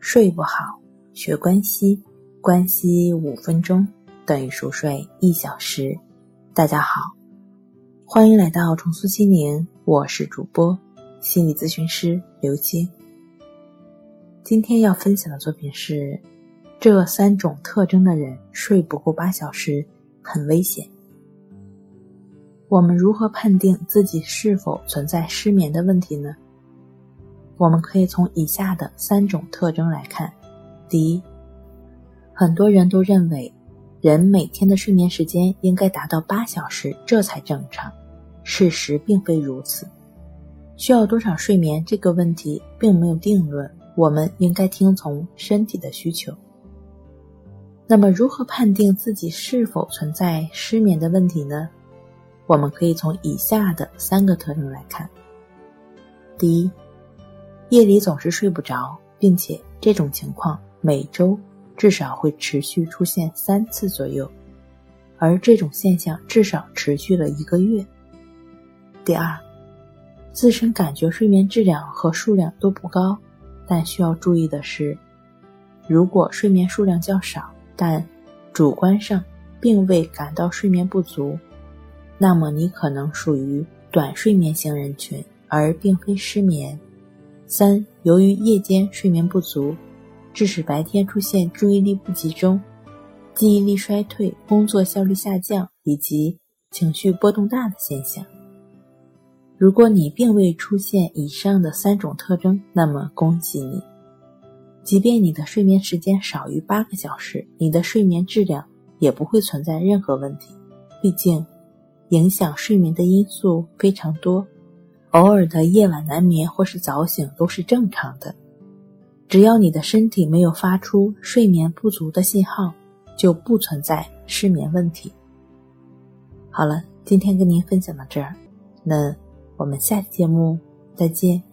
睡不好，学关息，关息5分钟等于熟睡1小时。大家好，欢迎来到重塑心灵，我是主播心理咨询师刘星。今天要分享的作品是这3种特征的人睡不够8小时很危险。我们如何判定自己是否存在失眠的问题呢？我们可以从以下的3种特征来看。第一，很多人都认为人每天的睡眠时间应该达到8小时，这才正常。事实并非如此。需要多少睡眠这个问题并没有定论，我们应该听从身体的需求。那么如何判定自己是否存在失眠的问题呢？我们可以从以下的3个特征来看。第一，夜里总是睡不着，并且这种情况每周至少会持续出现3次左右，而这种现象至少持续了1个月。第二，自身感觉睡眠质量和数量都不高，但需要注意的是，如果睡眠数量较少，但主观上并未感到睡眠不足，那么你可能属于短睡眠型人群，而并非失眠。3. 由于夜间睡眠不足，致使白天出现注意力不集中、记忆力衰退、工作效率下降以及情绪波动大的现象。如果你并未出现以上的3种特征，那么恭喜你。即便你的睡眠时间少于8个小时，你的睡眠质量也不会存在任何问题。毕竟，影响睡眠的因素非常多，偶尔的夜晚难眠或是早醒都是正常的。只要你的身体没有发出睡眠不足的信号，就不存在失眠问题。好了，今天跟您分享到这儿，那我们下期节目再见。